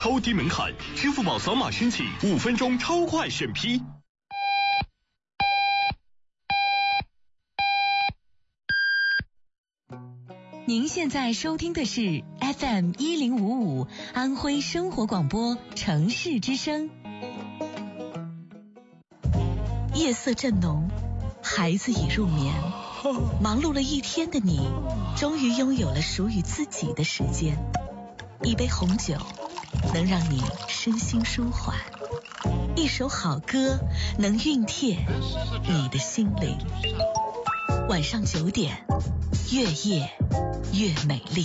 超低门槛，支付宝扫码申请，5分钟超快审批。 您现在收听的是 FM1055 安徽生活广播城市之声。夜色正浓，孩子已入眠，忙碌了一天的你，终于拥有了属于自己的时间。一杯红酒能让你身心舒缓，一首好歌能熨帖你的心灵。晚上9点，越夜越美丽。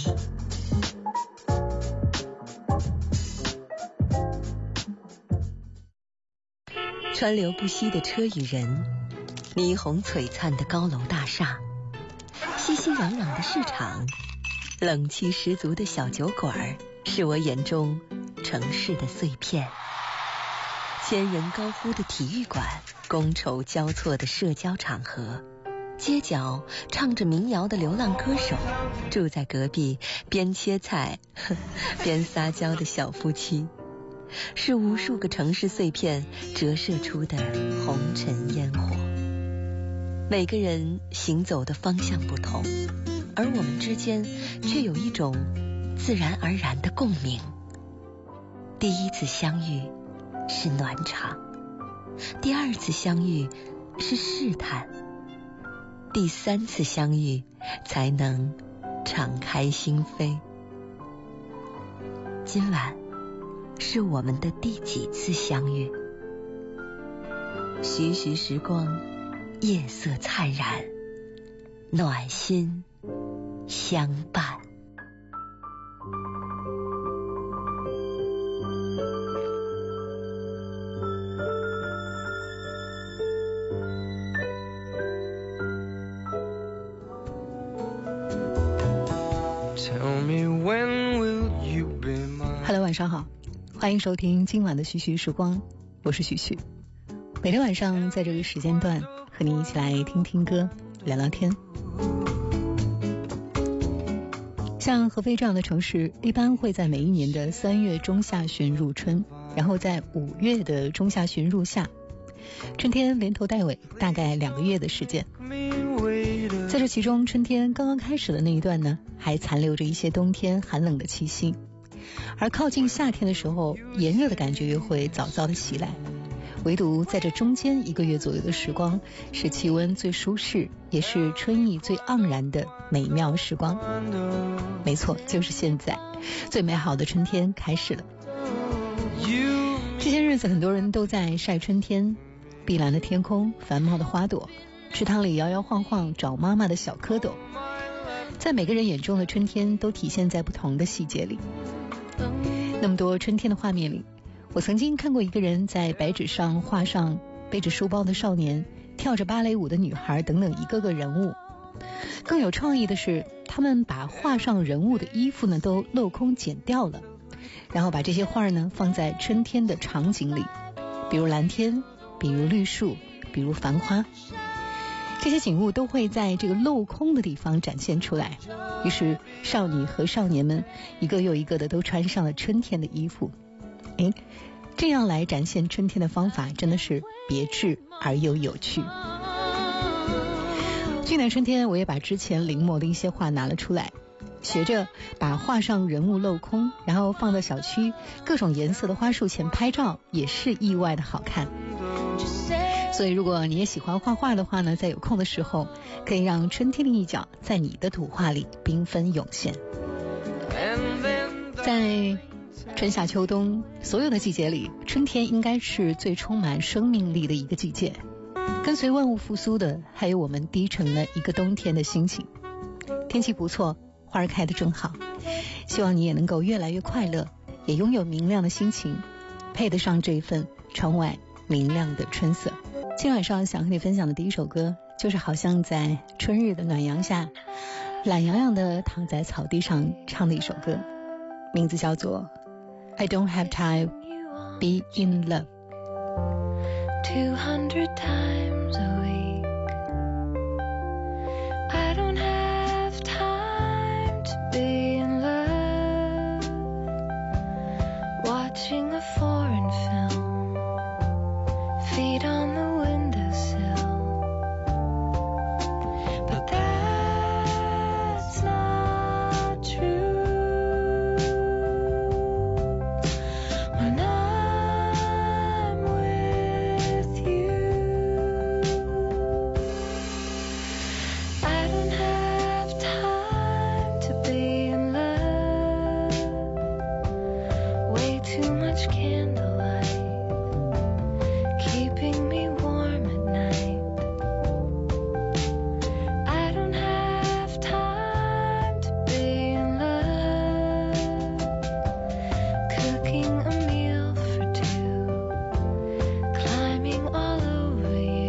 川流不息的车与人，霓虹璀璨的高楼大厦，熙熙攘攘的市场，冷气十足的小酒馆，是我眼中城市的碎片。千人高呼的体育馆，觥筹交错的社交场合，街角唱着民谣的流浪歌手，住在隔壁边切菜边撒娇的小夫妻，是无数个城市碎片折射出的红尘烟火。每个人行走的方向不同，而我们之间却有一种自然而然的共鸣。第一次相遇是暖场，第二次相遇是试探，第3次相遇才能敞开心扉。今晚是我们的第几次相遇？徐徐时光，夜色灿然，暖心相伴。 Hello， 晚上好，欢迎收听今晚的徐徐时光，我是徐徐。每天晚上在这个时间段和你一起来听听歌，聊聊天。像合肥这样的城市，一般会在每一年的3月中下旬入春，然后在5月的中下旬入夏，春天连头带尾，大概2个月的时间。在这其中，春天刚刚开始的那一段呢，还残留着一些冬天寒冷的气息，而靠近夏天的时候，炎热的感觉又会早早的袭来。唯独在这中间1个月左右的时光，是气温最舒适，也是春意最盎然的美妙时光。没错，就是现在，最美好的春天开始了。这些日子很多人都在晒春天，碧蓝的天空，繁茂的花朵，池塘里摇摇晃晃找妈妈的小蝌蚪。在每个人眼中的春天都体现在不同的细节里。那么多春天的画面里，我曾经看过一个人在白纸上画上背着书包的少年，跳着芭蕾舞的女孩等等一个个人物。更有创意的是，他们把画上人物的衣服呢都镂空剪掉了，然后把这些画呢放在春天的场景里，比如蓝天，比如绿树，比如繁花。这些景物都会在这个镂空的地方展现出来，于是少女和少年们一个又一个的都穿上了春天的衣服。这样来展现春天的方法真的是别致而又有趣。去年春天我也把之前临摹的一些画拿了出来，学着把画上人物镂空，然后放到小区各种颜色的花束前拍照，也是意外的好看。所以如果你也喜欢画画的话呢，在有空的时候可以让春天的一角在你的图画里缤纷涌现。在春夏秋冬所有的季节里，春天应该是最充满生命力的一个季节。跟随万物复苏的还有我们低沉了一个冬天的心情。天气不错，花儿开得正好，希望你也能够越来越快乐，也拥有明亮的心情，配得上这一份窗外明亮的春色。今晚上想和你分享的第一首歌，就是好像在春日的暖阳下，懒洋洋的躺在草地上唱的一首歌，名字叫做 I don't have time be in love。 200 times a week I don't have time to be in love. What watching a foreign film, feet on the windowsill. But that's not true. When I'm with you, I don't have time to be in love. Way too much candlelight, keeping me warm at night. I don't have time to be in love, cooking a meal for two, climbing all over you.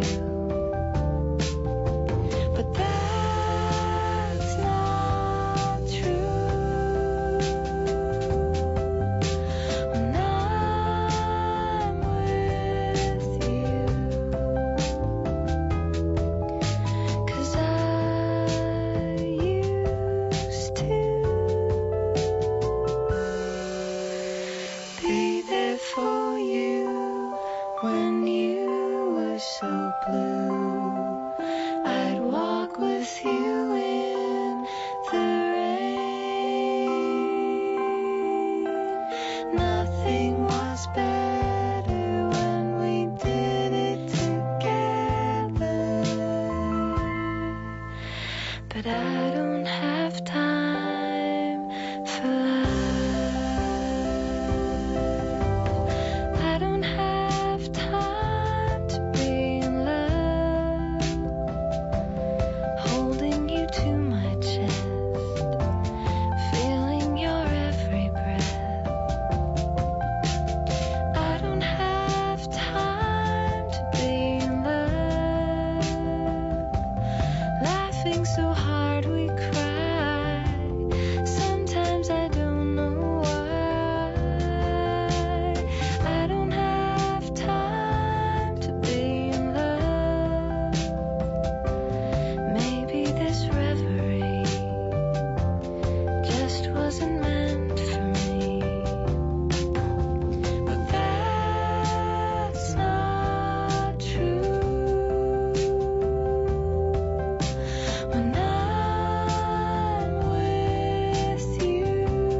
But that's not true. When I'm with you, 'cause I used to be there for you when you were so blue. I'd walk with you in the rain. Nothing was better when we did it together. But I don't have time for love. I don't have time to be in love, holding you to my chest, feeling your every breath. I don't have time to be in love, laughing so hard we cry. Sometimes I don't know why. I don't have time to be in love. Maybe this reverie just wasn't meant for me. But that's not true. When I'm with you,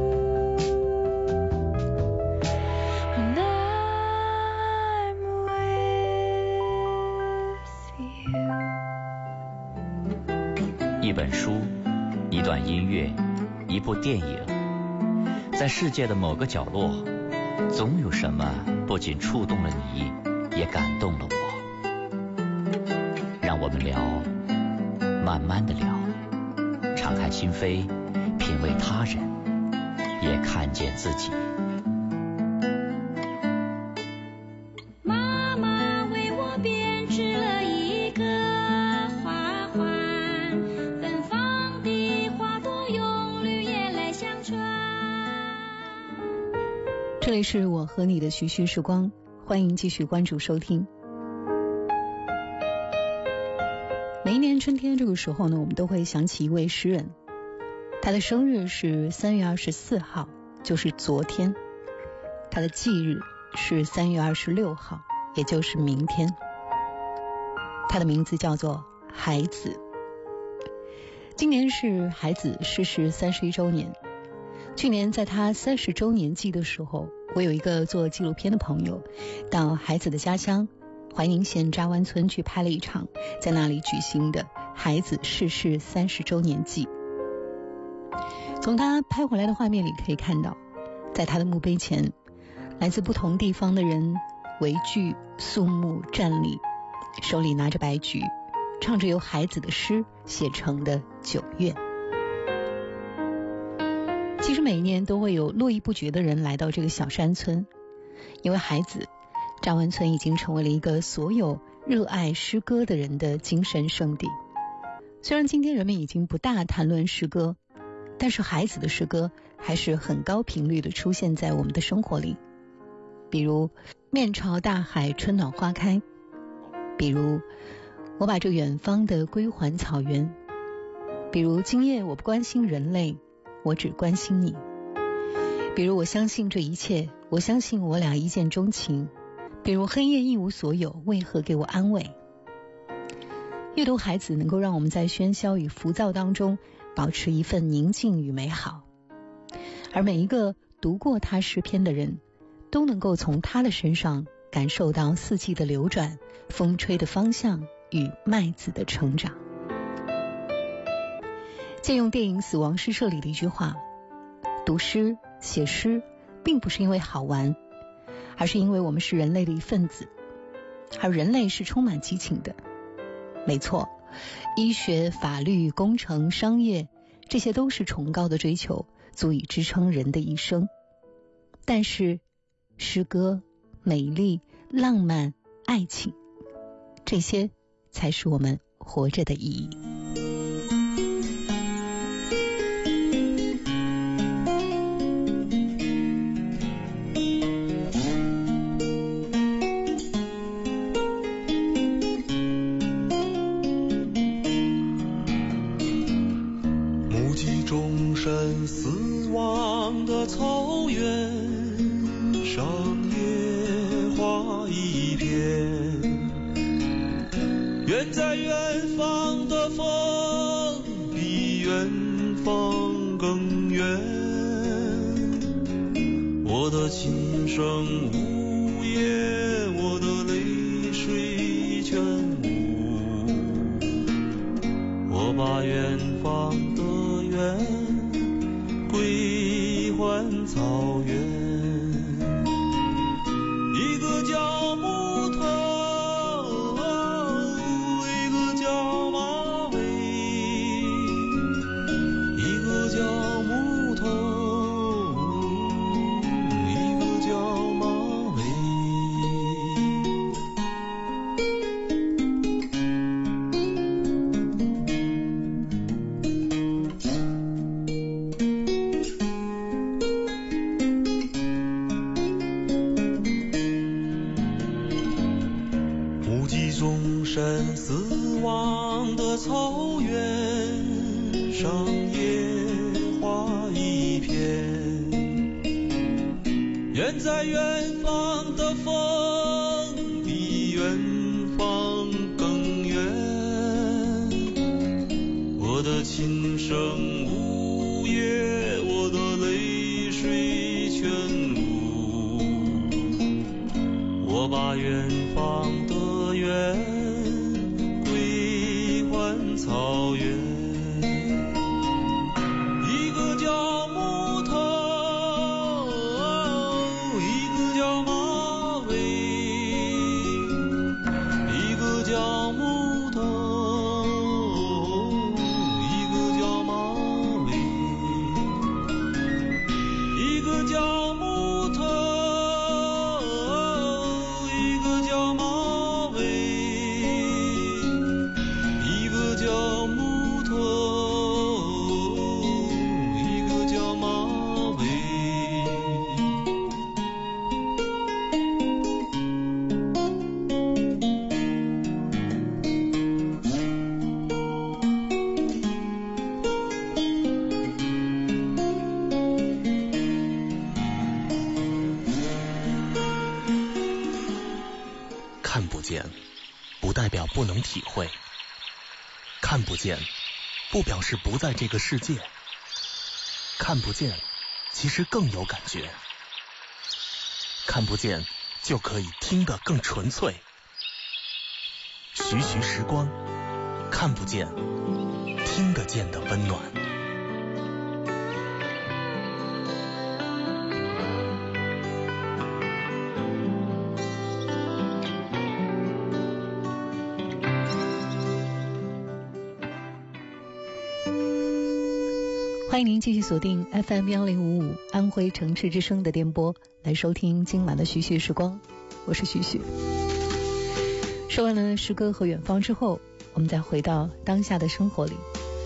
when I'm with you. 一本书，一段音乐，一部电影，在世界的某个角落，总有什么不仅触动了你，也感动了我。让我们聊，慢慢的聊，敞开心扉，品味他人，也看见自己。 妈妈为我编织了一个花环，芬芳的花朵用绿叶来相传。 这里是我和你的徐徐时光，欢迎继续关注收听。每一年春天这个时候呢，我们都会想起一位诗人，他的生日是3月24号，就是昨天。他的忌日是3月26号，也就是明天。他的名字叫做海子。今年是海子逝世31周年。去年在他30周年祭的时候，我有一个做纪录片的朋友到海子的家乡怀宁县扎湾村去拍了一场在那里举行的海子逝世30周年祭。从他拍回来的画面里可以看到，在他的墓碑前，来自不同地方的人围聚肃穆站立，手里拿着白菊，唱着由海子的诗写成的9月。其实每一年都会有络绎不绝的人来到这个小山村，因为海子，扎湾村已经成为了一个所有热爱诗歌的人的精神圣地。虽然今天人们已经不大谈论诗歌，但是海子的诗歌还是很高频率的出现在我们的生活里。比如面朝大海春暖花开，比如我把这远方的归还草原，比如今夜我不关心人类，我只关心你， 比如我相信这一切，我相信我俩一见钟情，比如黑夜一无所有，为何给我安慰。阅读孩子能够让我们在喧嚣与浮躁当中保持一份宁静与美好，而每一个读过他诗篇的人都能够从他的身上感受到四季的流转，风吹的方向与麦子的成长。借用电影《死亡诗社》里的一句话，读诗写诗并不是因为好玩，而是因为我们是人类的一份子，而人类是充满激情的。没错，医学、法律、工程、商业，这些都是崇高的追求，足以支撑人的一生。但是诗歌、美丽、浪漫、爱情，这些才是我们活着的意义。 死亡的草原上，野花一片，远在远方的风比远方更远，我的琴声呜咽，我的泪水全无，我把远方的远归还草原，一个叫木头，一个叫马尾，一个叫木头，一个叫马尾。死亡的草原上，野花一片，远在远方的风比远方更远，我的琴声呜咽，我的泪水全无，我把远方的远草原，一个叫木头，一个叫马尾，一个叫木头，一个叫马尾，一个叫木头，一个叫马尾，叫木头，一个叫马尾。 看不见，不代表不能体会。看不见不表示不在这个世界，看不见其实更有感觉，看不见就可以听得更纯粹。徐徐时光，看不见听得见的温暖。 欢迎您继续锁定 FM1055 安徽城市之声的电波，来收听今晚的徐徐时光，我是徐徐。说完了诗歌和远方之后，我们再回到当下的生活里。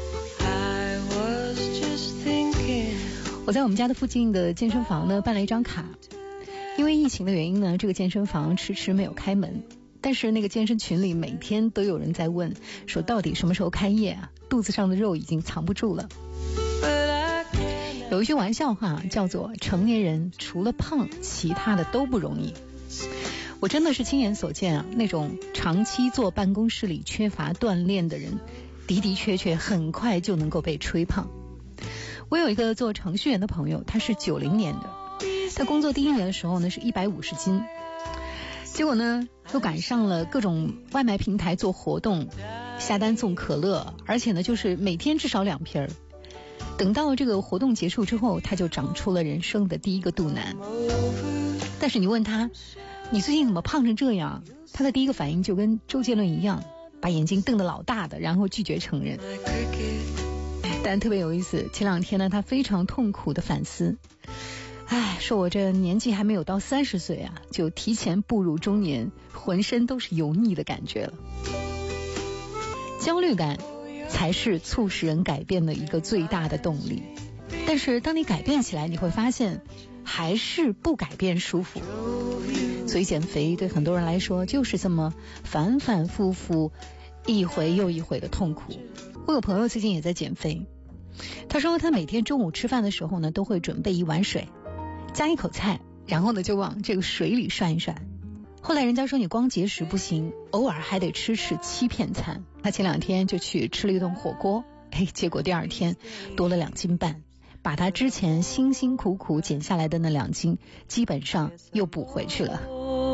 我在我们家的附近的健身房呢办了一张卡，因为疫情的原因呢，这个健身房迟迟没有开门，但是那个健身群里每天都有人在问，说到底什么时候开业啊？肚子上的肉已经藏不住了。 有一句玩笑话叫做成年人除了胖其他的都不容易。我真的是亲眼所见啊，那种长期坐办公室里缺乏锻炼的人的确很快就能够被吹胖。我有一个做程序员的朋友，他是90年的，他工作第1年的时候呢是150斤，结果呢又赶上了各种外卖平台做活动，下单送可乐，而且呢就是每天至少2瓶。等到这个活动结束之后，他就长出了人生的第1个肚腩。但是你问他，你最近怎么胖成这样？他的第一个反应就跟周杰伦一样，把眼睛瞪得老大的，然后拒绝承认。但特别有意思，前2天呢，他非常痛苦的反思，说我这年纪还没有到30岁啊，就提前步入中年，浑身都是油腻的感觉了。焦虑感才是促使人改变的一个最大的动力，但是当你改变起来，你会发现还是不改变舒服。所以减肥对很多人来说就是这么反反复复，一回又一回的痛苦。我有朋友最近也在减肥，他说他每天中午吃饭的时候呢，都会准备1碗水，加1口菜，然后呢就往这个水里涮一涮。后来人家说你光节食不行，偶尔还得吃欺骗餐。他前2天就去吃了一顿火锅，结果第2天多了2斤半，把他之前辛辛苦苦减下来的那2斤基本上又补回去了。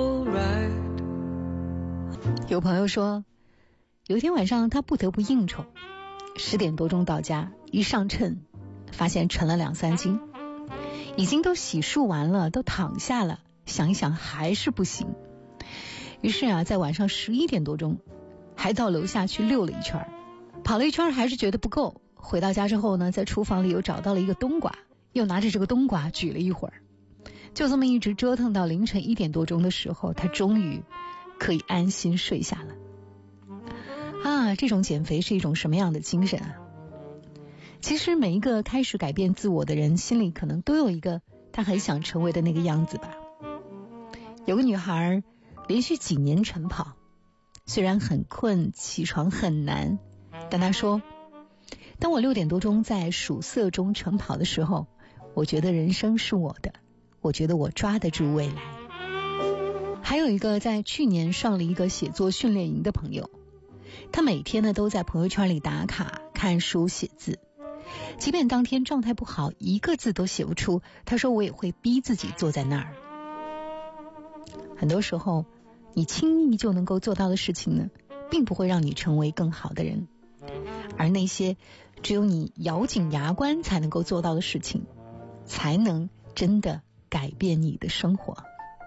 有朋友说，有一天晚上他不得不应酬，10点多钟到家，一上称发现沉了2-3斤，已经都洗漱完了，都躺下了，想一想还是不行。于是啊，在晚上11点多钟还到楼下去溜了一圈，跑了一圈还是觉得不够，回到家之后呢，在厨房里又找到了一个冬瓜，又拿着这个冬瓜举了一会儿，就这么一直折腾到凌晨1点多钟的时候，他终于可以安心睡下了。这种减肥是一种什么样的精神啊？其实每一个开始改变自我的人，心里可能都有一个他很想成为的那个样子吧。有个女孩连续几年晨跑，虽然很困，起床很难，但她说，当我6点多钟在曙色中晨跑的时候，我觉得人生是我的，我觉得我抓得住未来。还有一个在去年上了一个写作训练营的朋友，他每天呢都在朋友圈里打卡、看书、写字，即便当天状态不好，1个字都写不出，他说我也会逼自己坐在那儿。很多时候你轻易就能够做到的事情呢，并不会让你成为更好的人，而那些只有你咬紧牙关才能够做到的事情，才能真的改变你的生活。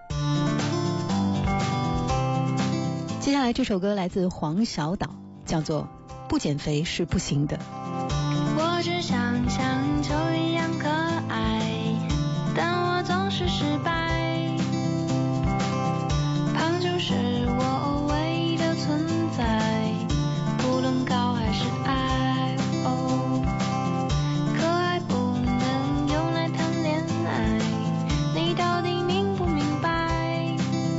接下来这首歌来自黄小岛，叫做《不减肥是不行的》。 我只想像球一样可爱，但我总是失败。胖就是我唯一的存在，不论高还是矮。可爱不能用来谈恋爱，你到底明不明白？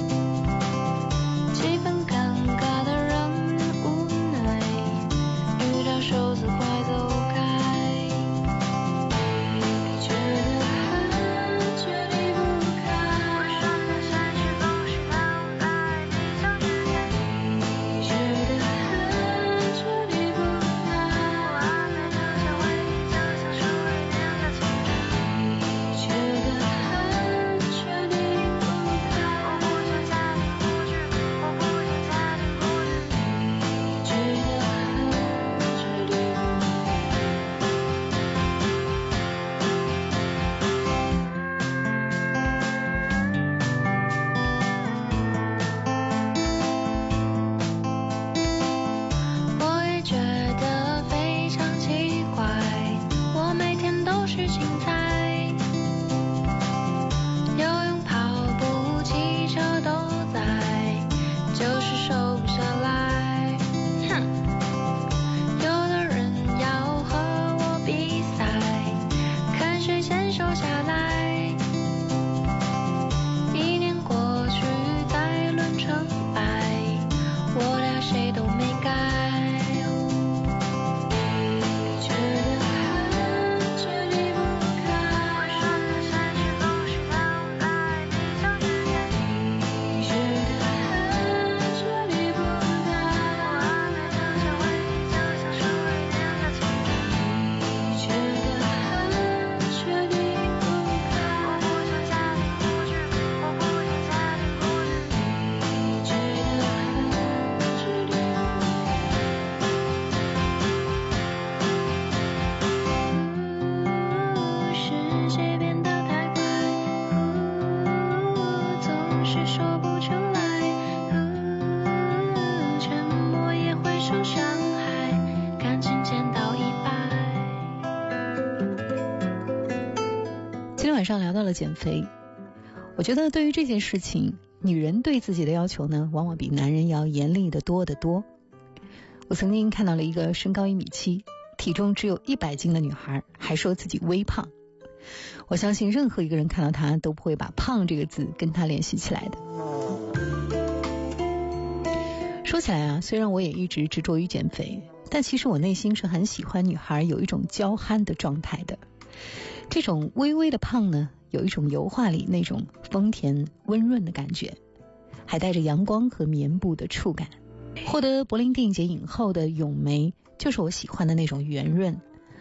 气氛尴尬的让人无奈，遇到手字快走开。 说不出来，沉默也会受伤害，感情减到100。 今天晚上聊到了减肥，我觉得对于这件事情，女人对自己的要求呢，往往比男人要严厉得多得多。我曾经看到了一个身高1.7米，体重只有100斤的女孩，还说自己微胖。我相信任何一个人看到她都不会把胖这个字跟她联系起来的。说起来啊，虽然我也一直执着于减肥，但其实我内心是很喜欢女孩有一种娇憨的状态的。这种微微的胖呢，有一种油画里那种丰田温润的感觉，还带着阳光和棉布的触感。获得柏林电影节影后的咏梅就是我喜欢的那种圆润。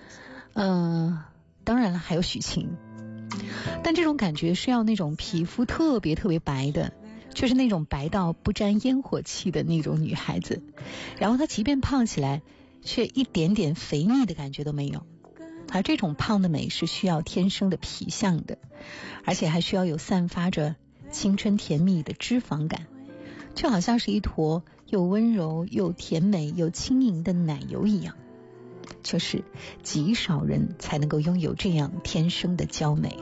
当然了，还有许晴，但这种感觉是要那种皮肤特别特别白的，就是那种白到不沾烟火气的那种女孩子，然后她即便胖起来却一点点肥腻的感觉都没有。而这种胖的美是需要天生的皮相的，而且还需要有散发着青春甜蜜的脂肪感，就好像是一坨又温柔又甜美又轻盈的奶油一样，就是极少人才能够拥有这样天生的娇美。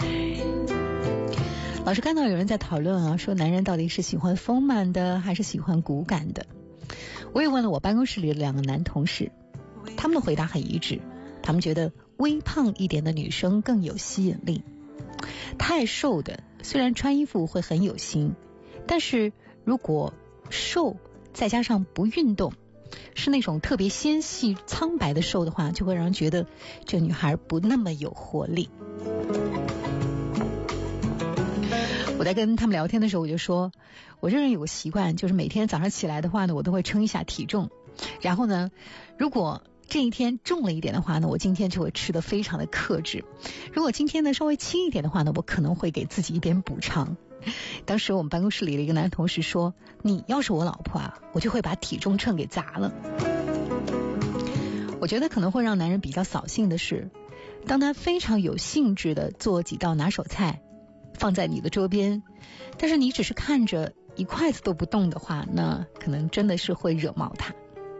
老是看到有人在讨论啊，说男人到底是喜欢丰满的还是喜欢骨感的。我也问了我办公室里的2个男同事，他们的回答很一致，他们觉得微胖一点的女生更有吸引力。太瘦的虽然穿衣服会很有型，但是如果瘦再加上不运动，是那种特别纤细苍白的瘦的话，就会让人觉得这女孩不那么有活力。我在跟他们聊天的时候，我就说我这人有个习惯，就是每天早上起来的话呢，我都会称一下体重，然后呢，如果这一天重了一点的话呢，我今天就会吃得非常的克制，如果今天呢稍微轻一点的话呢，我可能会给自己一点补偿。当时我们办公室里的一个男同事说，你要是我老婆啊，我就会把体重秤给砸了。我觉得可能会让男人比较扫兴的是，当他非常有兴致的做几道拿手菜放在你的桌边，但是你只是看着一筷子都不动的话，那可能真的是会惹毛他。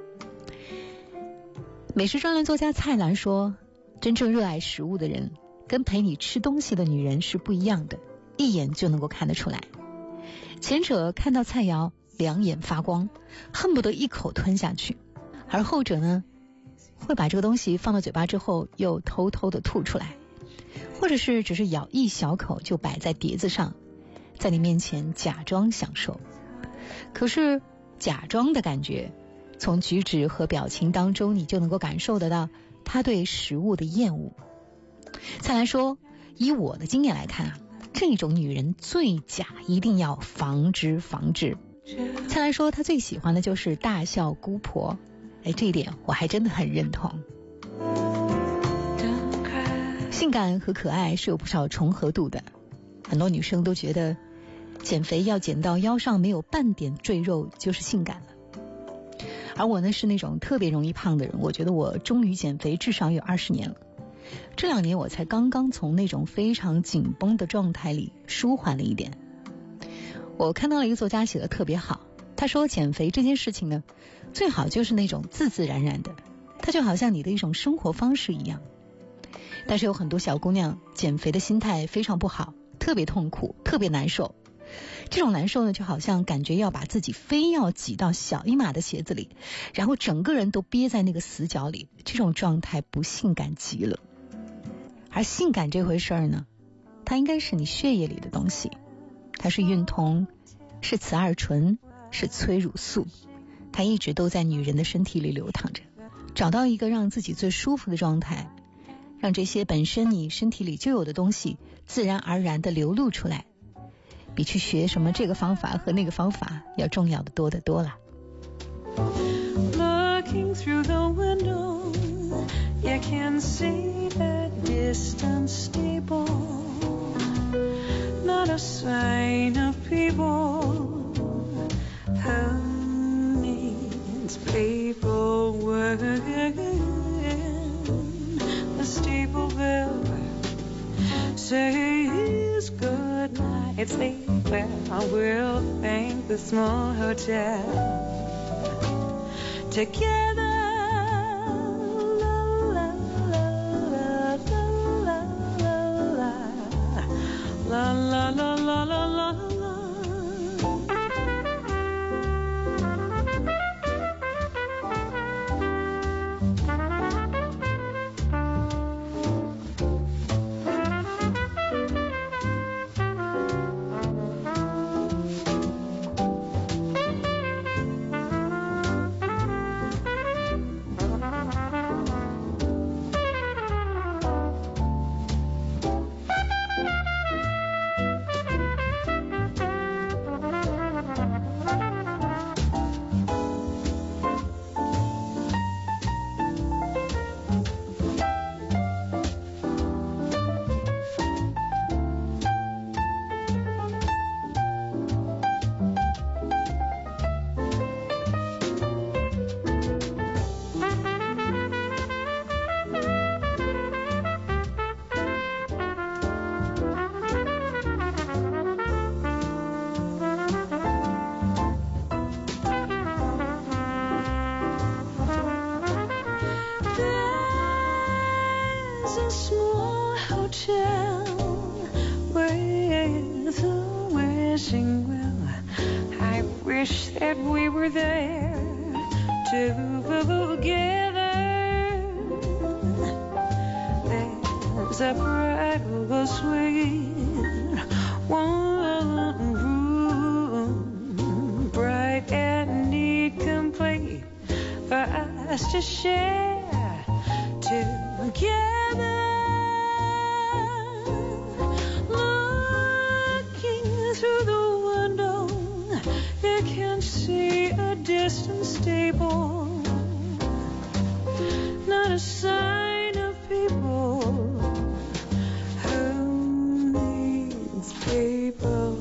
美食专栏作家蔡澜说，真正热爱食物的人跟陪你吃东西的女人是不一样的，一眼就能够看得出来。前者看到菜肴两眼发光，恨不得一口吞下去，而后者呢，会把这个东西放到嘴巴之后又偷偷的吐出来，或者是只是咬一小口就摆在碟子上，在你面前假装享受。可是假装的感觉，从举止和表情当中你就能够感受得到他对食物的厌恶。蔡澜说，以我的经验来看啊，这种女人最假，一定要防之防之。蔡澜说他最喜欢的就是大笑姑婆，这一点我还真的很认同。性感和可爱是有不少重合度的，很多女生都觉得减肥要减到腰上没有半点赘肉就是性感了。而我呢是那种特别容易胖的人，我觉得我终于减肥至少有20年了。这2年我才刚刚从那种非常紧绷的状态里舒缓了一点。我看到了一个作家写的特别好，他说减肥这件事情呢，最好就是那种自自然然的，它就好像你的一种生活方式一样。但是有很多小姑娘减肥的心态非常不好，特别痛苦，特别难受。这种难受呢，就好像感觉要把自己非要挤到小一码的鞋子里，然后整个人都憋在那个死角里，这种状态不性感极了。而性感这回事儿呢，它应该是你血液里的东西，它是孕酮，是雌二醇，是催乳素，它一直都在女人的身体里流淌着。找到一个让自己最舒服的状态，让这些本身你身体里就有的东西自然而然的流露出来，比去学什么这个方法和那个方法要重要的多得多了。 Looking through the window, you can see that distant steeple. Not a sign of people. Who needs paperwork? The steeple bell says good night. It's the well, we'll thank the small hotel together. La la la la la la la. A bridal suite, one room, bright and neat, complete, for us to share together. Looking through the window, you can see a distant stable, not a sign of people. People,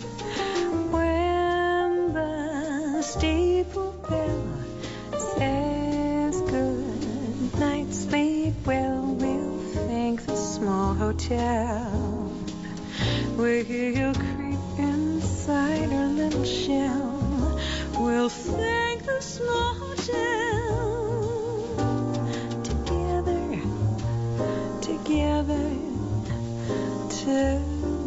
when the steeple bell says good night, sleep well, we'll thank the small hotel. We'll creep inside our little shell. We'll thank the small hotel. Together, together, together.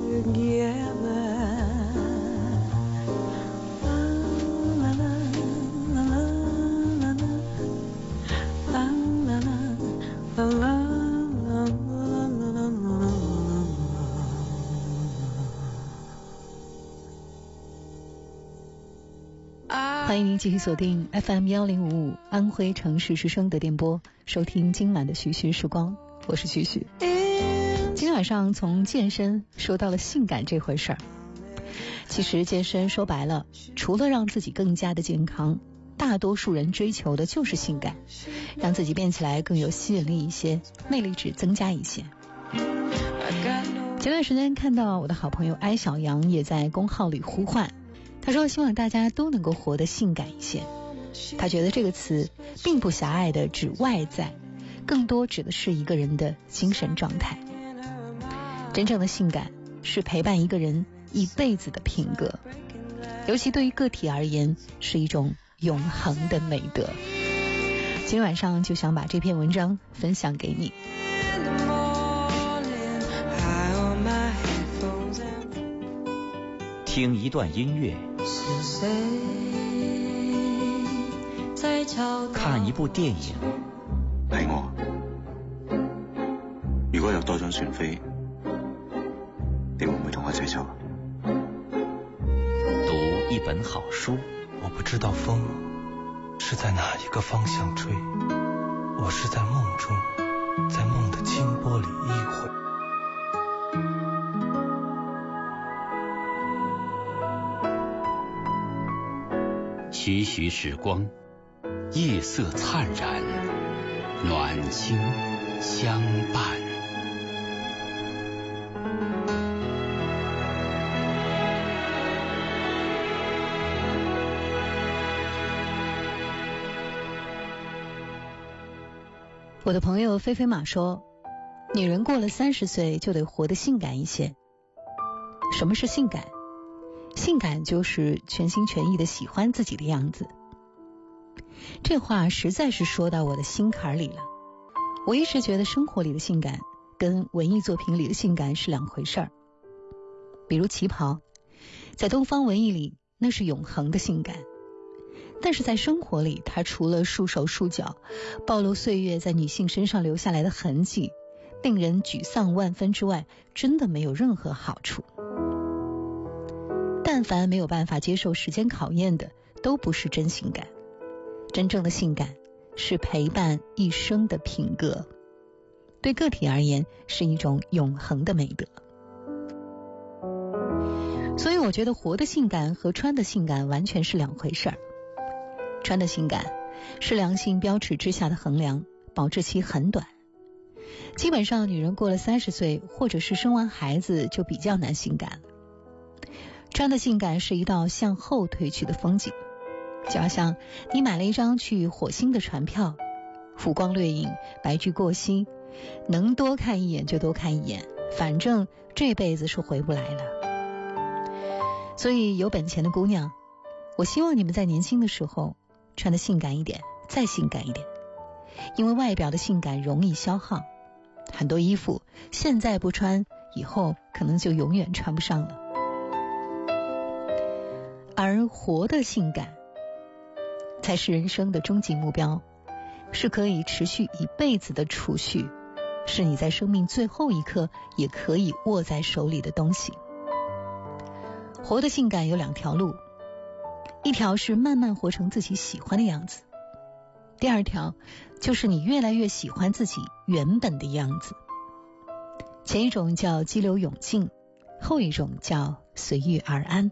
欢迎您继续锁定 FM1055 安徽城市之声的电波，收听今晚的徐徐时光，我是徐徐。今天晚上从健身说到了性感这回事儿。其实健身说白了，除了让自己更加的健康，大多数人追求的就是性感，让自己变起来更有吸引力一些，魅力值增加一些。前段时间看到我的好朋友艾小阳也在公号里呼唤，他说希望大家都能够活得性感一些。他觉得这个词并不狭隘的指外在，更多指的是一个人的精神状态。真正的性感是陪伴一个人一辈子的品格，尤其对于个体而言是一种永恒的美德。今天晚上就想把这篇文章分享给你。 听一段音乐，看一部电影， 係我。如果有多張船飛，你會唔會同我一齊走？ 讀一本好書。 我不知道風是在哪一個方向吹，我是在夢中，在夢的清波裡一會。 徐徐时光，夜色灿然，暖心相伴。 我的朋友菲菲玛说，女人过了30岁就得活得性感一些。什么是性感？ 性感就是全心全意的喜欢自己的样子。这话实在是说到我的心坎里了。我一直觉得生活里的性感跟文艺作品里的性感是两回事儿。比如旗袍，在东方文艺里那是永恒的性感，但是在生活里，它除了束手束脚，暴露岁月在女性身上留下来的痕迹，令人沮丧万分之外，真的没有任何好处。但凡没有办法接受时间考验的，都不是真性感。真正的性感是陪伴一生的品格，对个体而言是一种永恒的美德。所以我觉得活的性感和穿的性感完全是两回事儿。穿的性感是良心标尺之下的衡量，保质期很短。基本上女人过了30岁或者是生完孩子就比较难性感了。穿的性感是一道向后推去的风景，就好像你买了一张去火星的船票，浮光掠影，白驹过隙，能多看一眼就多看一眼，反正这辈子是回不来了。所以有本钱的姑娘，我希望你们在年轻的时候穿得性感一点，再性感一点，因为外表的性感容易消耗，很多衣服现在不穿，以后可能就永远穿不上了。而活的性感才是人生的终极目标，是可以持续一辈子的储蓄，是你在生命最后一刻也可以握在手里的东西。活的性感有2条路，一条是慢慢活成自己喜欢的样子，第二条就是你越来越喜欢自己原本的样子。前一种叫激流勇进，后一种叫随遇而安。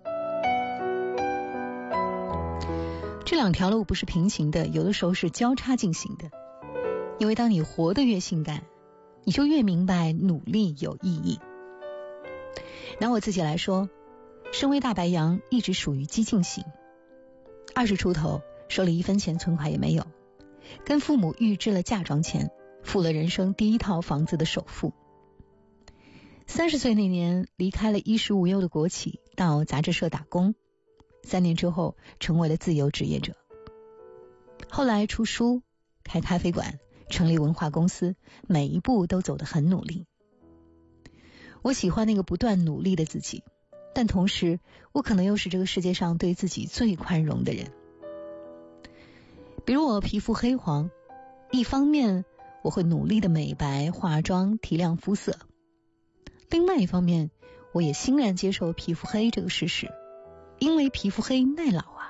这2条路不是平行的，有的时候是交叉进行的。因为当你活得越性感，你就越明白努力有意义。拿我自己来说，身为大白羊一直属于激进型，20出头手里1分钱存款也没有，跟父母预支了嫁妆钱，付了人生第1套房子的首付。30岁那年离开了衣食无忧的国企，到杂志社打工，3年之后成为了自由职业者。后来出书，开咖啡馆，成立文化公司，每一步都走得很努力。我喜欢那个不断努力的自己，但同时我可能又是这个世界上对自己最宽容的人。比如我皮肤黑黄，一方面我会努力的美白化妆提亮肤色，另外一方面我也欣然接受皮肤黑这个事实，因为皮肤黑耐老啊。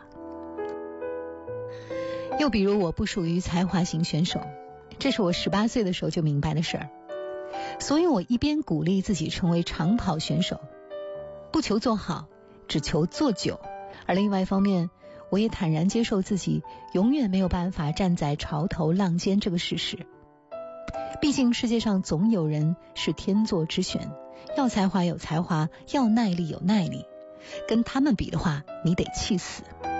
又比如我不属于才华型选手，这是我18岁的时候就明白的事儿，所以我一边鼓励自己成为长跑选手，不求做好，只求做久，而另外一方面我也坦然接受自己永远没有办法站在潮头浪尖这个事实。毕竟世界上总有人是天作之选，要才华有才华，要耐力有耐力，跟他们比的话，你得气死。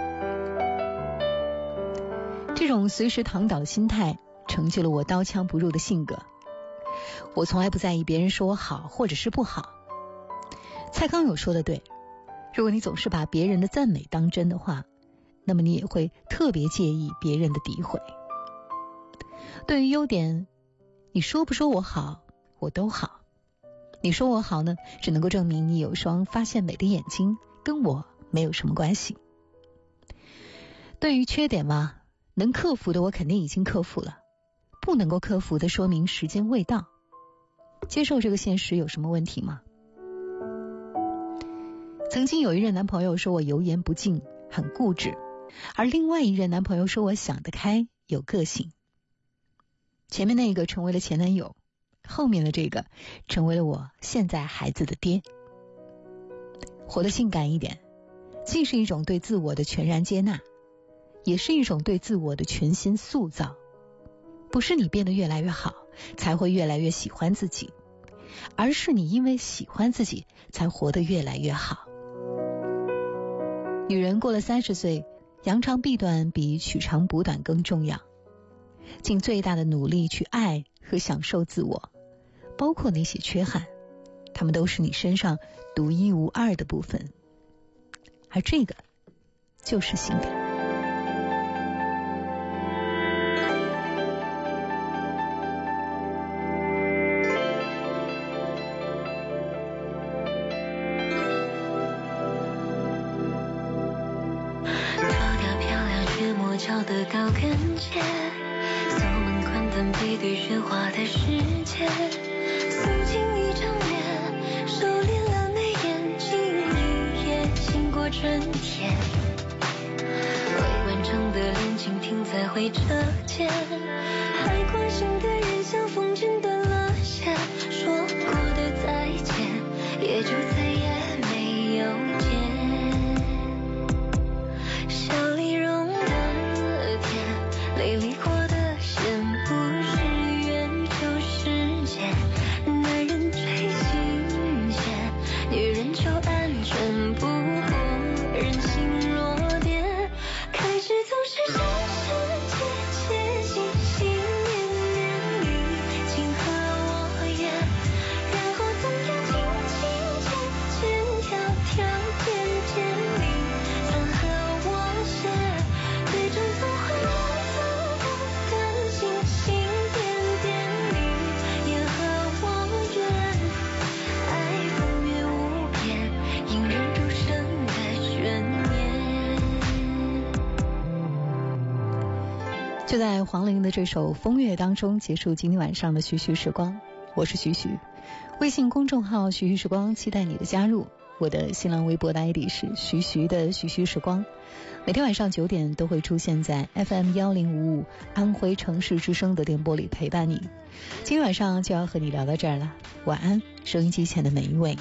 这种随时躺倒的心态成就了我刀枪不入的性格。我从来不在意别人说我好或者是不好。蔡康永说的对，如果你总是把别人的赞美当真的话，那么你也会特别介意别人的诋毁。对于优点，你说不说我好，我都好。你说我好呢，只能够证明你有双发现美的眼睛，跟我没有什么关系。对于缺点嘛，能克服的我肯定已经克服了，不能够克服的说明时间未到。接受这个现实有什么问题吗？曾经有一任男朋友说我油盐不进，很固执，而另外一任男朋友说我想得开，有个性。前面那个成为了前男友，后面的这个成为了我现在孩子的爹。活得性感一点，既是一种对自我的全然接纳，也是一种对自我的全新塑造。不是你变得越来越好才会越来越喜欢自己，而是你因为喜欢自己才活得越来越好。女人过了30岁，扬长避短比取长补短更重要，尽最大的努力去爱和享受自我，包括那些缺憾，它们都是你身上独一无二的部分。 而这个就是性感。 桥的高跟鞋，锁门宽灯配对喧哗的世界，素净一张脸，收敛了眉眼，静一夜，醒过春天。未完成的恋情停在回车键，还关心的人像风筝断了线，说过的再见，也就再也没有见。美丽过的线不是圆就是尖，男人追新鲜，女人求安全，不过人心若电，开始总是小世界，窃喜心念念里，情和我愿，然后总要轻轻牵条条点点里，饭和我写，最终总会就在黄龄的这首《风月》当中结束今天晚上的徐徐时光。我是徐徐，微信公众号徐徐时光，期待你的加入。我的新浪微博的 ID 是徐徐的徐徐时光，每天晚上9点都会出现在 FM1055 安徽城市之声的电波里陪伴你。今天晚上就要和你聊到这儿了，晚安，收音机前的每一位。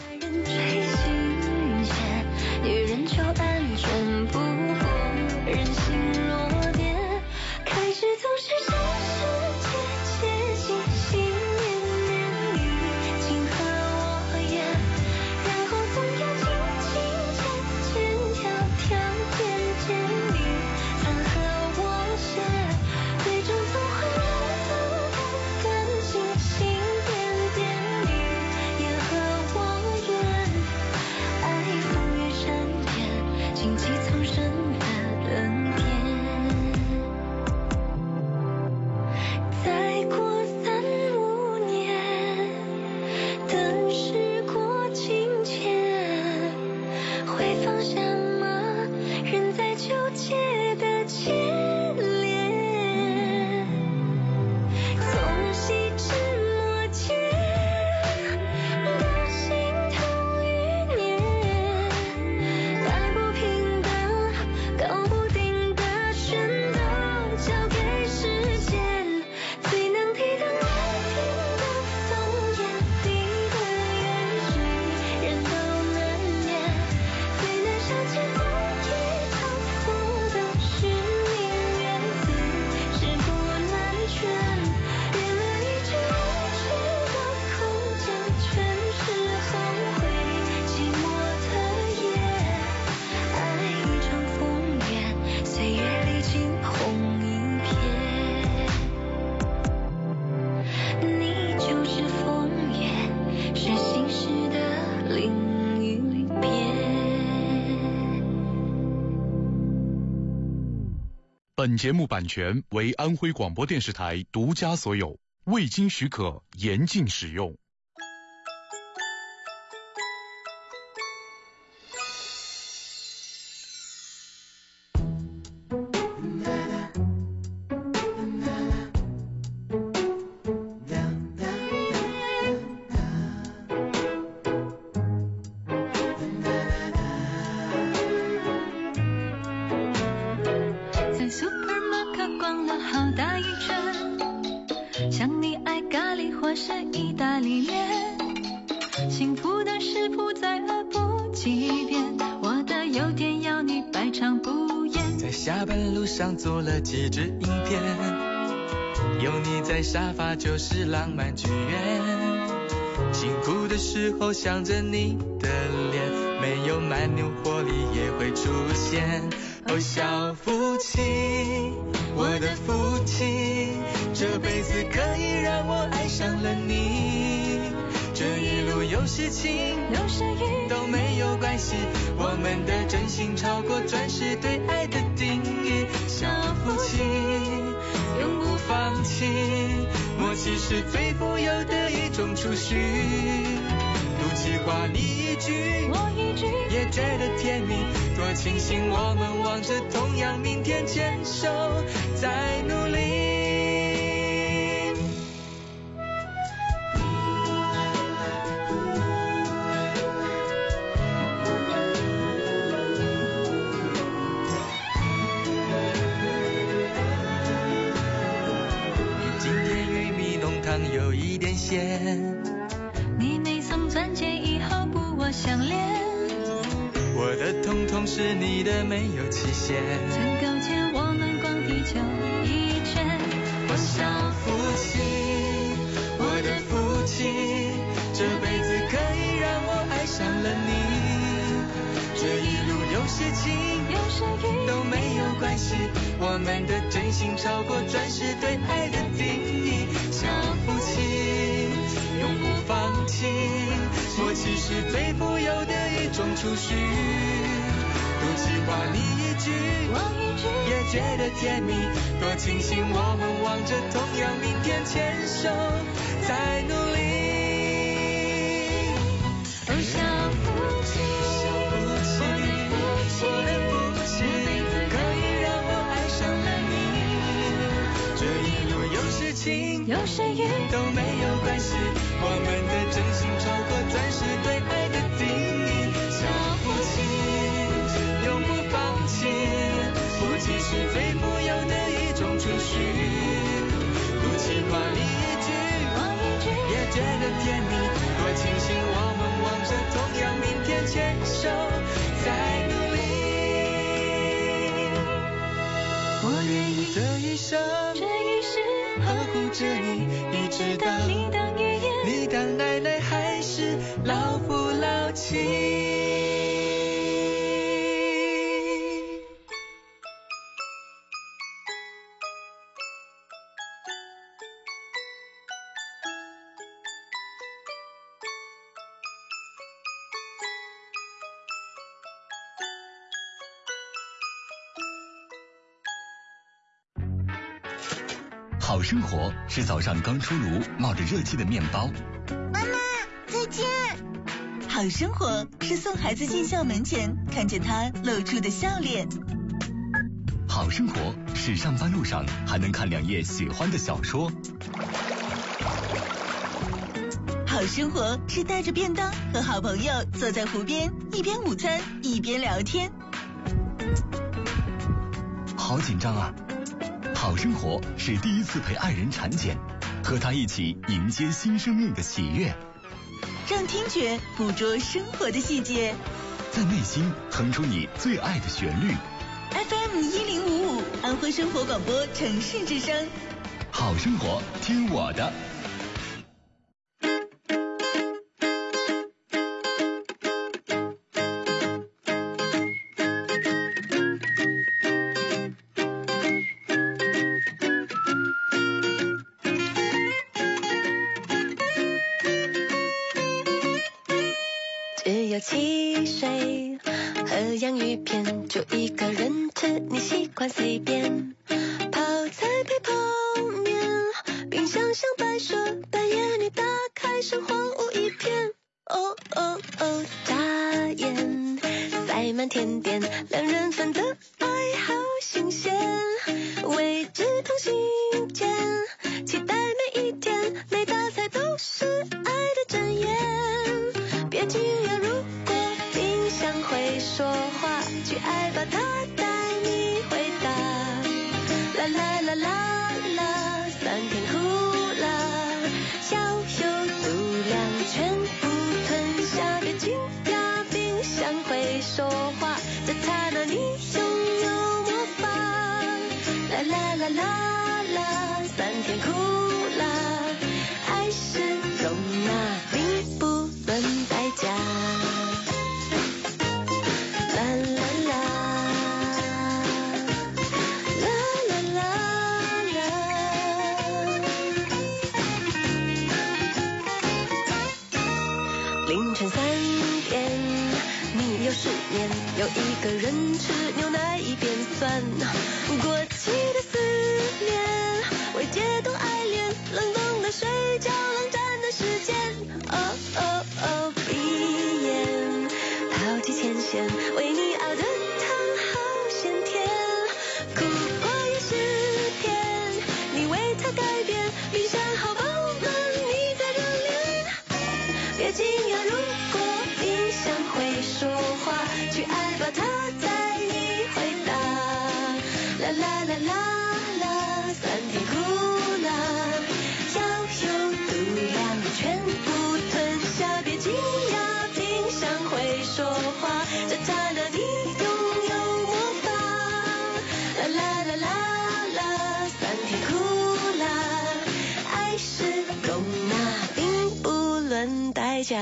女人求安全，不过人心若电，开始总是小世界，窃喜心念念里，情和我愿，然后总要轻轻牵条条点点里，饭和我写，最终总会流走的感情心点点里，也和我愿，爱风月闪电，荆棘丛生的冷天。再过3、5年，等时过境迁，会放下吗？仍在纠结的牵连，从细枝末节到心头余年，摆不平的搞不定的全都交给时间，最能抵挡爱情的风眼，地的远水人都难免，最难舍弃风雨交错的是宁愿死势不难全，变了一句离去的空间，全是后悔寂寞的夜，爱一场风月，岁月历经红一片，你就是风月，是心事的另一边。 本节目版权为安徽广播电视台独家所有，未经许可严禁使用。 在 supermarket 逛了好大一圈，想你爱咖喱或是意大利面，幸福的食谱再恶补几遍，我的优点要你百尝不厌。 在下班路上做了几支影片，有你在沙发就是浪漫剧院，辛苦的时候想着你的脸，没有蛮牛活力也会出现。哦，小夫妻，我的夫妻，这辈子可以让我爱上了你，这一路有有时晴，有时雨，都没有关系。我们的真心超过钻石对爱的定义。小夫妻，永不放弃，默契是最富有的一种储蓄。赌气话你一句，我一句，也觉得甜蜜。多庆幸我们望着同样明天，牵手在努力。今天玉米浓汤有一点咸， 你没送钻戒以后不我相恋， 我的统统是你的没有期限。 曾勾结我们逛地球一圈， 我小夫妻，我的夫妻，这辈子可以让我爱上了你。这一路有时晴，有时雨，都没有关系。我们的真心超过钻石对爱的定义。小夫妻，永不放弃，默契是最富有的一种储蓄。赌气话你一句，我一句，也觉得甜蜜。多庆幸我们望着同样明天，牵手在努力。 哦，小夫妻， 小夫妻，我的夫妻，可以让我爱上了你。这一路有时晴，有时雨，都没有关系。我们的真心超过钻石对爱的定义。小夫妻，永不放弃，夫妻是最富有的一种储蓄。赌气话你一句，我一句，也觉得甜蜜。多庆幸我们望着同样明天，牵手在努力。我愿意这一生，这一世呵护着你，一直到你当爷爷，你当奶奶，还是老夫老妻。 好生活是早上刚出炉冒着热气的面包。 妈妈，再见。好生活是送孩子进校门前，看见他露出的笑脸。 好生活是上班路上还能看2页喜欢的小说。 好生活是带着便当和好朋友坐在湖边，一边午餐一边聊天。 好紧张啊！好生活是第一次陪爱人产检，和他一起迎接新生命的喜悦。 让听觉捕捉生活的细节， 在内心哼出你最爱的旋律。 FM 1055安徽生活广播城市之声。 好生活，听我的。 只有汽水和洋芋片，就一个人吃，你习惯随便。泡菜配泡面，冰箱像白蛇，半夜你打开生荒芜一片。哦哦哦，眨眼塞满甜点，两人份的爱好新鲜，未知同心间，期待每一天，每道菜都是爱的箴言。别惊讶，如果冰箱会说话，去爱吧，它带你回答。啦啦啦啦啦，3天哭了，小有度量，全部吞下。别惊讶，冰箱会说话，在刹那你拥有魔法。啦啦啦啦啦，3天哭了，爱是容纳，并不论代价。啦啦啦，啦啦啦啦。 吃牛奶一边酸。过期的思念，未解冻爱恋，冷冻的睡觉，冷战的时间。闭眼抛弃前嫌，为你熬的汤好鲜甜，苦过也是甜，你为他改变，冰箱好保暖，你在热恋。别惊讶如果冰箱会说话，去爱吧，它带你回答。啦啦啦啦啦，酸甜苦辣，要有度量，全部吞下。别惊讶，冰箱会说话，这刹那你拥有魔法。啦啦啦啦啦，酸甜苦辣，爱是容纳，并不论代价。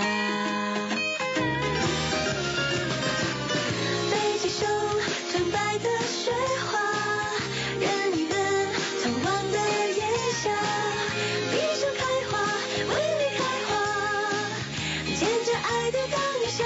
北极熊纯白的雪花，人与人从往的炎夏，闭上开花，为你开花，牵着爱的当下。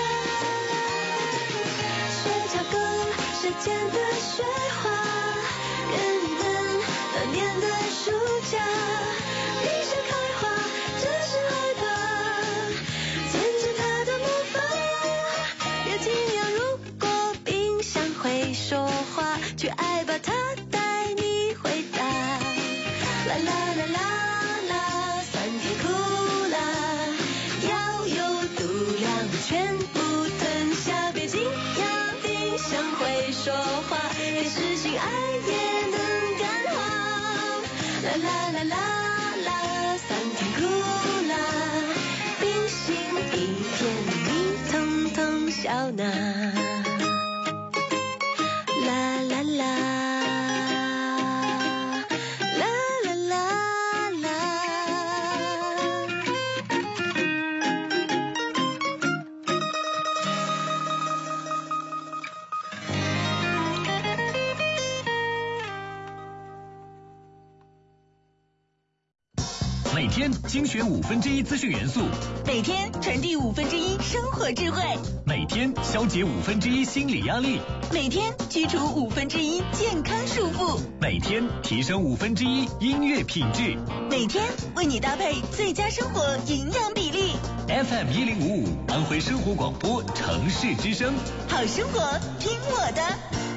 雪橇歌，时间的雪花，人与人当年的暑假，闭上开花，这是爱吧，牵着它的魔法。别惊讶如果冰箱会说话，去爱吧，它带你回答。啦啦啦啦啦，酸甜苦辣，要有度量，全部吞下。别惊讶，冰箱会说话，也是心爱也能感化。啦啦啦啦啦，酸甜苦辣，冰心一片，你统统笑纳。啦啦啦，啦啦啦啦。 每天精选1/5资讯元素， 每天传递1/5生活智慧， 每天消解1/5心理压力， 每天驱除1/5健康束缚， 每天提升1/5音乐品质， 每天为你搭配最佳生活营养比例。 FM 1055安徽生活广播城市之声， 好生活听我的。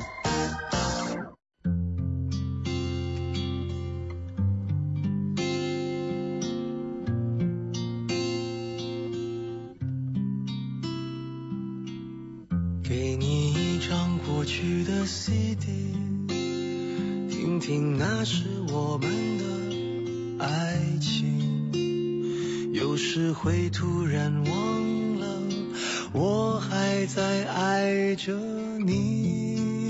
给你一张过去的 CD， 听听那是我们的爱情。有时会突然忘了，我还在爱着你。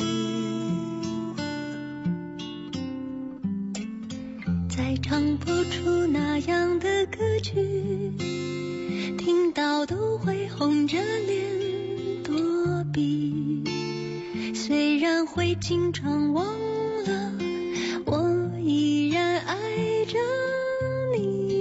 再唱不出那样的歌曲，听到都会红着脸躲避。虽然会经常忘了，我依然爱着你。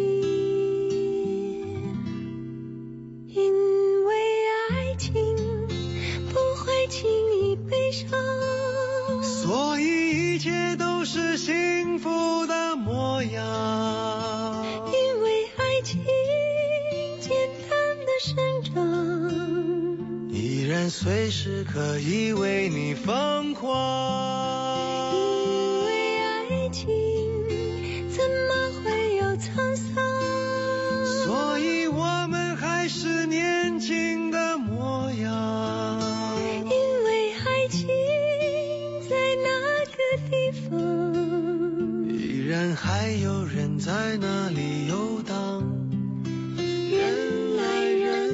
因为爱情不会轻易悲伤， 所以一切都是幸福的模样。 因为爱情简单的生长， 依然随时可以为你疯狂。 因为爱情怎么会有沧桑， 所以我们还是年轻的模样。 因为爱情在那个地方， 依然还有人在那里游荡， 人来人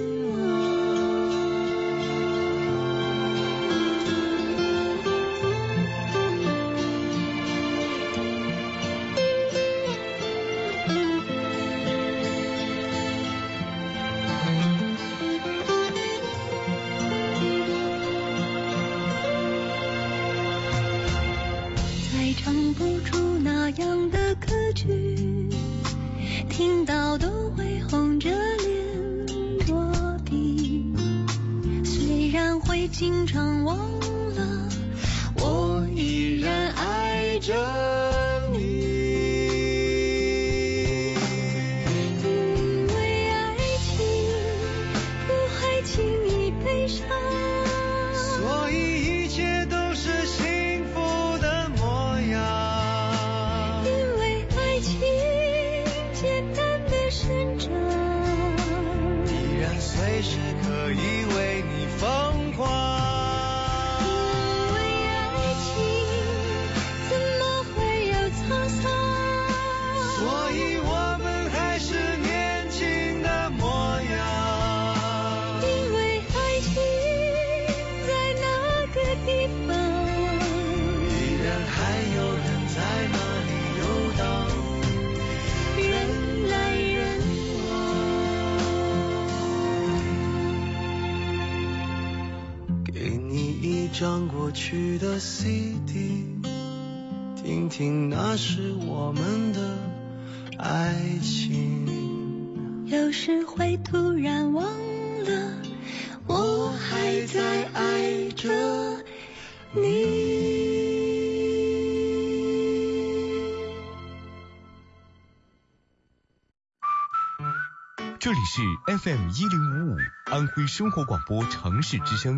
再唱不出那样的歌曲，听到都会红着脸躲避。虽然会经常忘了， 随时可以为你疯狂。 因为爱情怎么会有沧桑， 所以我们还是年轻的模样。 因为爱情在那个地方， 依然还有人在那里游荡， 人来人往。 给你一张过去的 CD， 听听那是我们的爱情。 有时会突然忘了，我还在爱着你。 这里是 FM1055 安徽生活广播城市之声。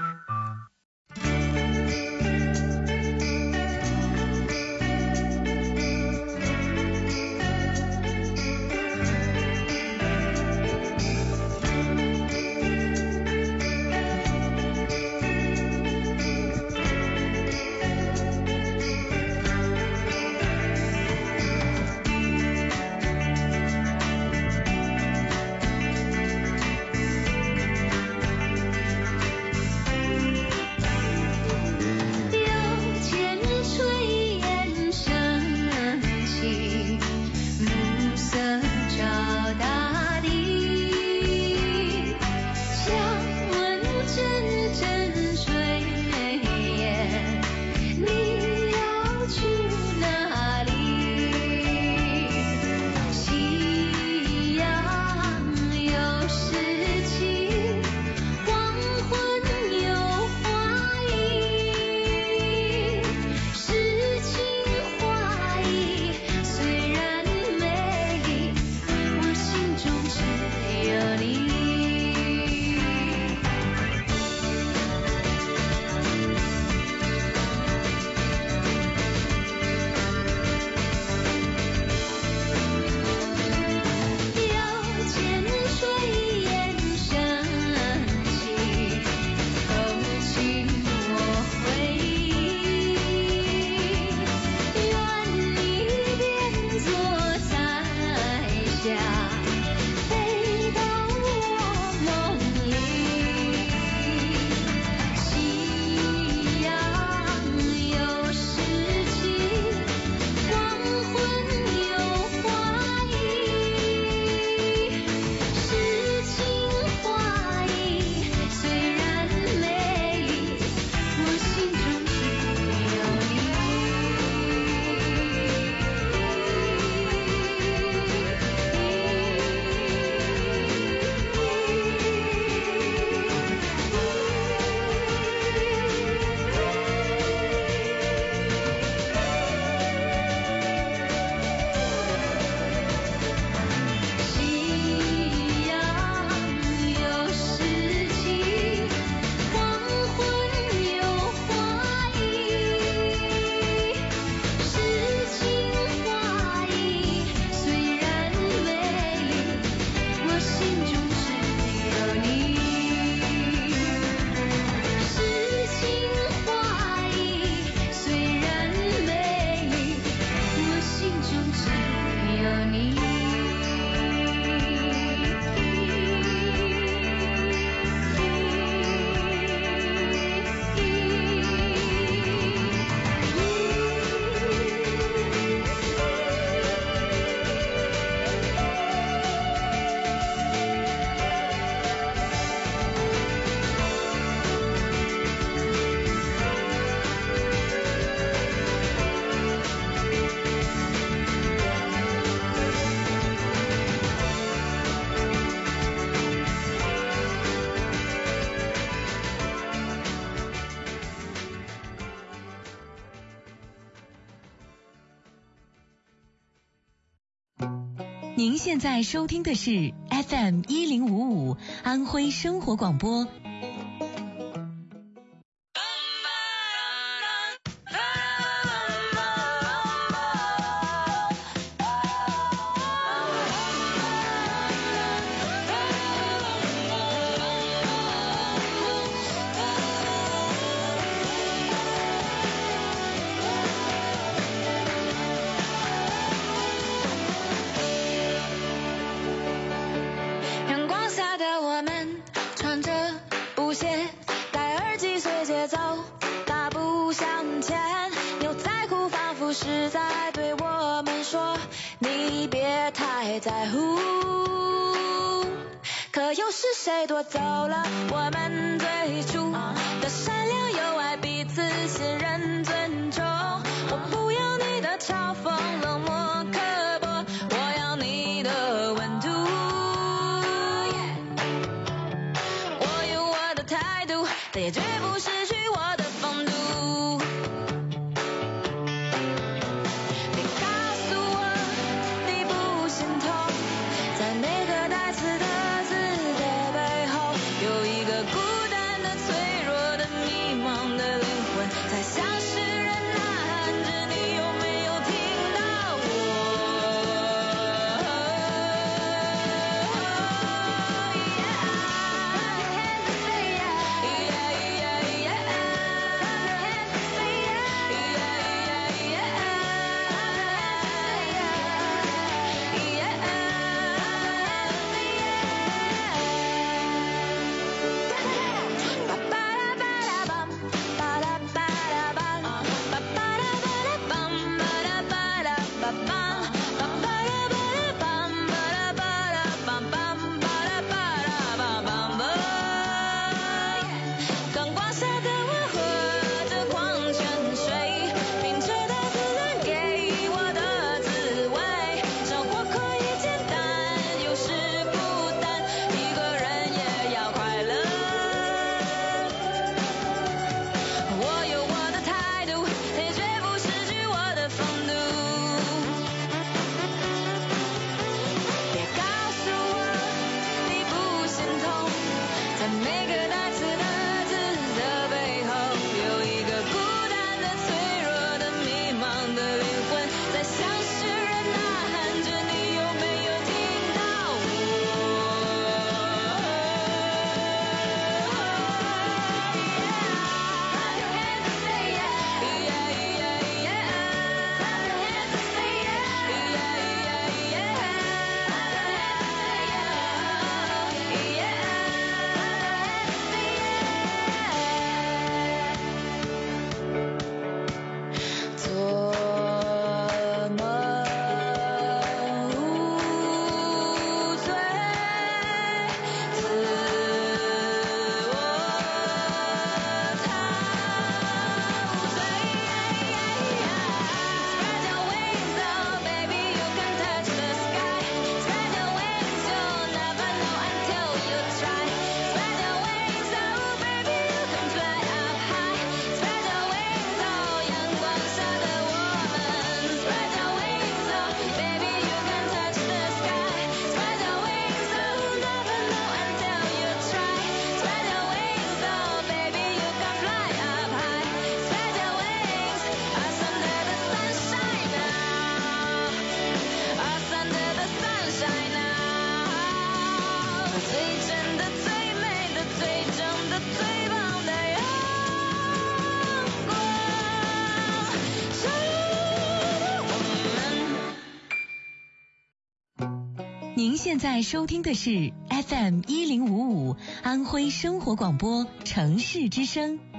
您现在收听的是 FM1055 安徽生活广播。 是在对我们说，你别太在乎。可又是谁夺走了我们最初的善良友爱，彼此信任尊重？我不要你的嘲讽冷漠刻薄，我要你的温度。我有我的态度，但也绝不失去我的风度。别告诉我你不心痛，在每个带刺的字的背后，有一个孤单的脆弱的迷茫的灵魂，在向世人呐喊着，你有没有听到我？阳光下的我喝着矿泉水，品着大自然给我的滋味。生活可以简单，有时孤单，一个人也要快乐。我有我的态度，也绝不失去我的风度。别告诉我你不心痛，在每个带刺的字的背后，有一个孤单的脆弱的迷茫的灵魂，在向世人呐喊着，你有没有听到做梦无罪，自我陶醉。Spread your wings, oh baby, you can touch the sky. Spread your wings, you'll never know until you try. Spread your wings, oh baby, you can fly up high. Spread your wings, oh 阳光下的我们。Spread your wings, oh baby, you can touch the sky. Spread your wings, you'll never know until you try. Spread your wings, oh baby, you can fly up high. Spread your wings, us under the sunshine now. Us under the sunshine now. 最真的、最美的、最正的、最棒的阳光，照亮我们。 您现在收听的是 FM 1055安徽生活广播城市之声。